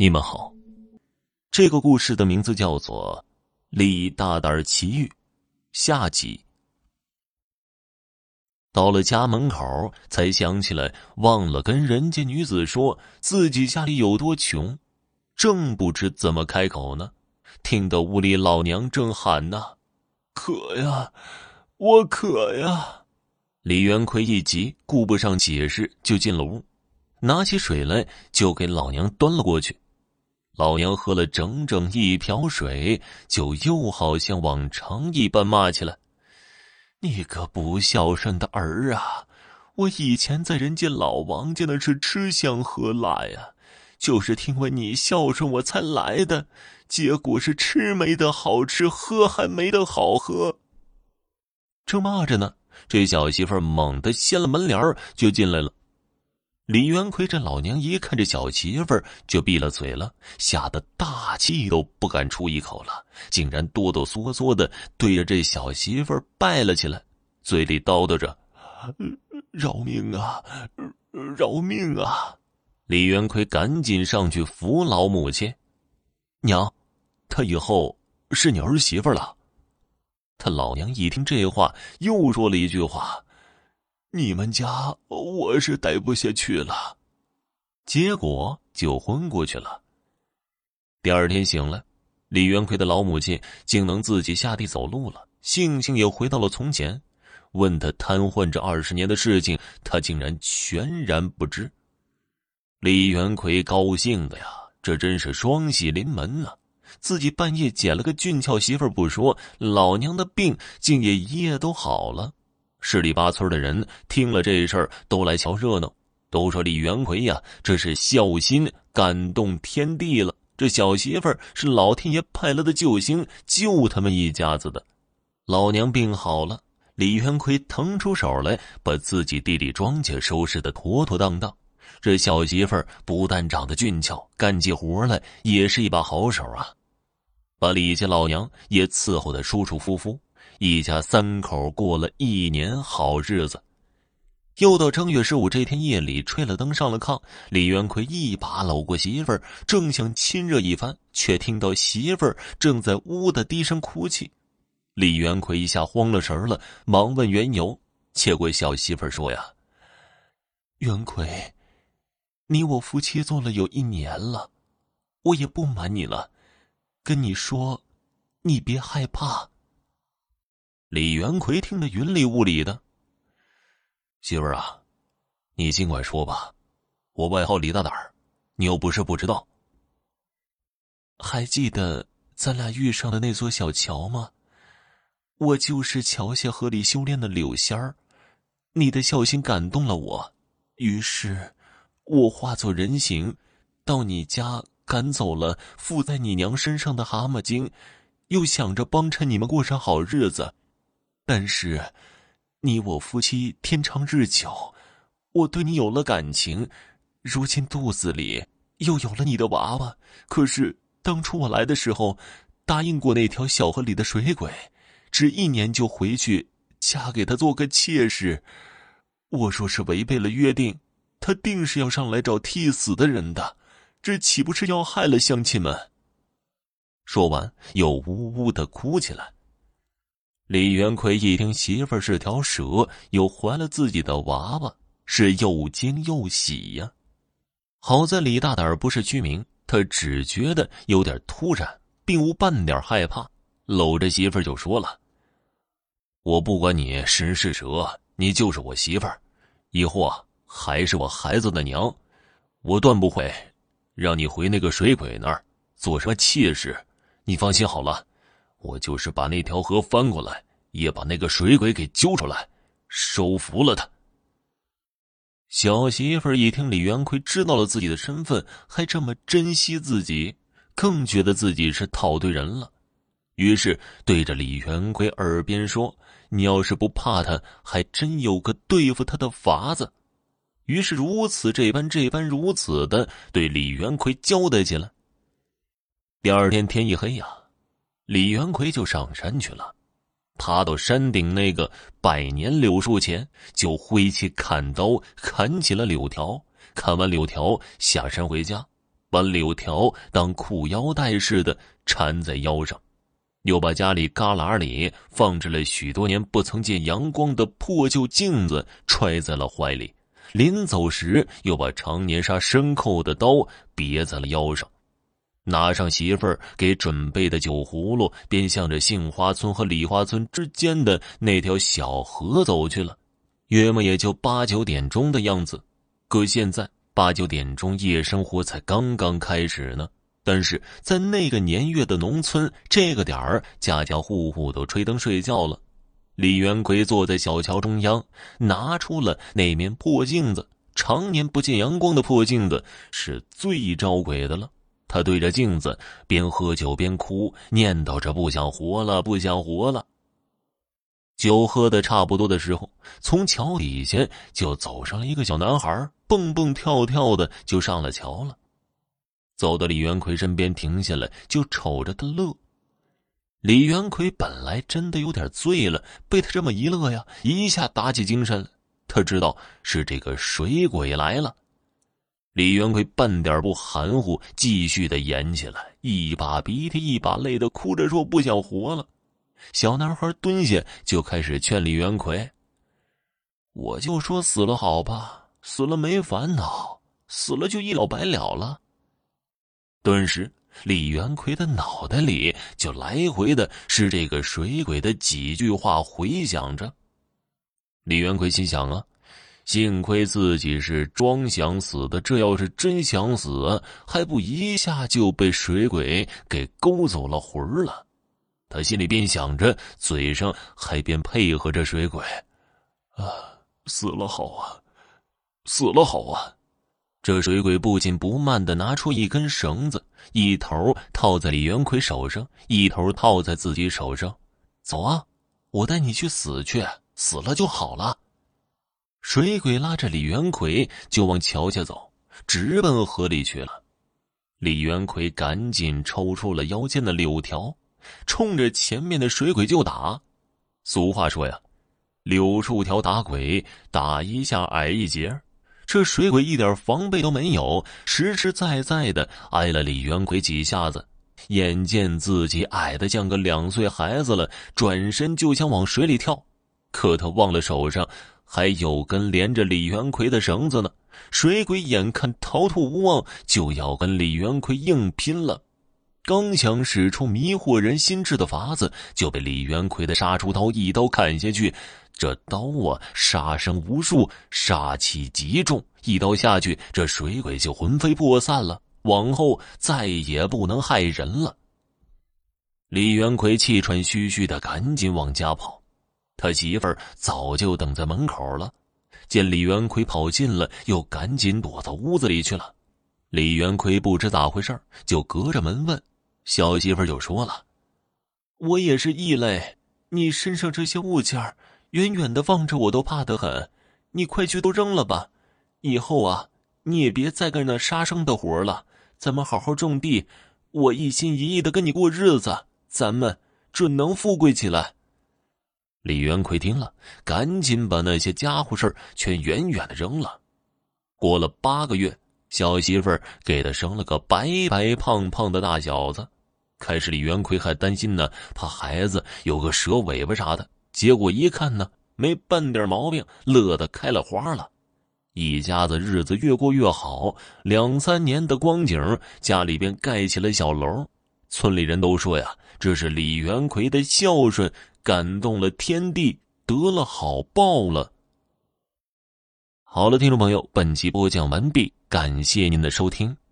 你们好，这个故事的名字叫做《李大胆奇遇》下集。到了家门口，才想起来忘了跟人家女子说自己家里有多穷，正不知怎么开口呢，听得屋里老娘正喊呢：“渴呀，我渴呀！”李元奎一急，顾不上解释，就进了屋，拿起水来就给老娘端了过去。老娘喝了整整一瓢水，就又好像往常一般骂起来：“你个不孝顺的儿啊！我以前在人家老王家那是吃香喝辣呀，就是听闻你孝顺我才来的，结果是吃没得好吃，喝还没得好喝。”正骂着呢，这小媳妇猛地掀了门帘就进来了。李元奎这老娘一看这小媳妇就闭了嘴了，吓得大气都不敢出一口了，竟然哆哆嗦嗦的对着这小媳妇拜了起来，嘴里叨叨着：“饶命啊，饶命啊！”李元奎赶紧上去扶老母亲：“娘，她以后是你儿媳妇了。”他老娘一听这话，又说了一句话：“你们家我是待不下去了。”结果就昏过去了。第二天醒来，李元奎的老母亲竟能自己下地走路了，性情也回到了从前。问他瘫痪这20年的事情，他竟然全然不知。李元奎高兴的呀，这真是双喜临门啊！自己半夜捡了个俊俏媳妇不说，老娘的病竟也一夜都好了。十里八村的人听了这事儿都来瞧热闹，都说李元奎呀，这是孝心感动天地了，这小媳妇是老天爷派来的救星，救他们一家子的。老娘病好了，李元奎腾出手来，把自己弟弟庄稼收拾得妥妥当当。这小媳妇不但长得俊俏，干起活来也是一把好手啊，把李家老娘也伺候得舒舒服服，一家3口过了1年好日子。又到正月15这天夜里，吹了灯上了炕，李元奎一把搂过媳妇儿，正想亲热一番，却听到媳妇儿正在屋的低声哭泣。李元奎一下慌了神了，忙问缘由。结果小媳妇儿说呀：“元奎，你我夫妻做了有1年了，我也不瞒你了，跟你说，你别害怕。”李元奎听得云里雾里的：“媳妇儿啊，你尽管说吧，我外号李大胆儿，你又不是不知道。还记得咱俩遇上的那座小桥吗？我就是桥下河里修炼的柳仙儿，你的孝心感动了我，于是我化作人形，到你家赶走了附在你娘身上的蛤蟆精，又想着帮衬你们过上好日子。但是你我夫妻天长日久，我对你有了感情，如今肚子里又有了你的娃娃。可是当初我来的时候，答应过那条小河里的水鬼，只1年就回去嫁给他做个妾室。我若是违背了约定，他定是要上来找替死的人的，这岂不是要害了乡亲们？”说完又呜呜地哭起来。李元奎一听媳妇儿是条蛇，又怀了自己的娃娃，是又惊又喜呀。好在李大胆不是居民，他只觉得有点突然，并无半点害怕，搂着媳妇儿就说了：“我不管你是人是蛇，你就是我媳妇儿，以后啊还是我孩子的娘，我断不会让你回那个水鬼那儿做什么妾室。你放心好了，我就是把那条河翻过来，也把那个水鬼给揪出来，收服了他。”小媳妇儿一听李元奎知道了自己的身份，还这么珍惜自己，更觉得自己是套对人了，于是对着李元奎耳边说：“你要是不怕他，还真有个对付他的法子。”于是如此这般如此的对李元奎交代起来。第二天天一黑呀，李元奎就上山去了。爬到山顶那个100年柳树前，就挥起砍刀砍起了柳条，砍完柳条下山回家。 把柳条当裤腰带似的缠在腰上，又把家里旮旯里放置了许多年不曾见阳光的破旧镜子揣在了怀里，临走时又把常年杀牲口的刀别在了腰上，拿上媳妇儿给准备的酒葫芦，便向着杏花村和梨花村之间的那条小河走去了。约莫也就8、9点钟的样子，可现在8、9点钟夜生活才刚刚开始呢。但是在那个年月的农村，这个点儿家家户户都吹灯睡觉了。李元奎坐在小桥中央，拿出了那面破镜子，常年不见阳光的破镜子是最招鬼的了。他对着镜子边喝酒边哭，念叨着不想活了，不想活了。酒喝得差不多的时候，从桥底下就走上了一个小男孩，蹦蹦跳跳的就上了桥了。走到李元奎身边停下来，就瞅着他乐。李元奎本来真的有点醉了，被他这么一乐呀，一下打起精神来。他知道是这个水鬼来了。李元奎半点不含糊，继续的演起来，一把鼻涕一把泪的哭着说不想活了。小男孩蹲下就开始劝李元奎：我就说死了好吧，死了没烦恼，死了就一了百了了。顿时李元奎的脑袋里就来回的是这个水鬼的几句话回响着。李元奎心想啊，幸亏自己是装想死的，这要是真想死，还不一下就被水鬼给勾走了魂了。他心里边想着，嘴上还边配合着水鬼：死了好啊，死了好啊。这水鬼不紧不慢地拿出一根绳子，一头套在李元奎手上，一头套在自己手上。走啊，我带你去死去，死了就好了。水鬼拉着李元奎就往桥下走，直奔河里去了。李元奎赶紧抽出了腰间的柳条，冲着前面的水鬼就打。俗话说呀，柳树条打鬼，打一下挨一截。这水鬼一点防备都没有，实实在在的挨了李元奎几下子。眼见自己矮得像个2岁孩子了，转身就想往水里跳，可他忘了手上还有根连着李元奎的绳子呢。水鬼眼看逃脱无望，就要跟李元奎硬拼了。刚想使出迷惑人心智的法子，就被李元奎的杀猪刀一刀砍下去。这刀啊，杀声无数，杀气极重，一刀下去，这水鬼就魂飞魄散了，往后再也不能害人了。李元奎气喘吁吁的赶紧往家跑，他媳妇儿早就等在门口了，见李元奎跑近了，又赶紧躲到屋子里去了。李元奎不知咋回事，就隔着门问，小媳妇儿就说了：我也是异类，你身上这些物件远远的望着我都怕得很，你快去都扔了吧。以后啊，你也别再干那杀生的活了，咱们好好种地，我一心一意的跟你过日子，咱们准能富贵起来。李元奎听了，赶紧把那些家伙事全远远的扔了。过了8个月，小媳妇儿给他生了个白白胖胖的大小子。开始李元奎还担心呢，怕孩子有个蛇尾巴啥的，结果一看呢，没半点毛病，乐得开了花了。一家子日子越过越好，2、3年的光景，家里边盖起了小楼。村里人都说呀，这是李元奎的孝顺感动了天地，得了好报了。好了，听众朋友，本集播讲完毕，感谢您的收听。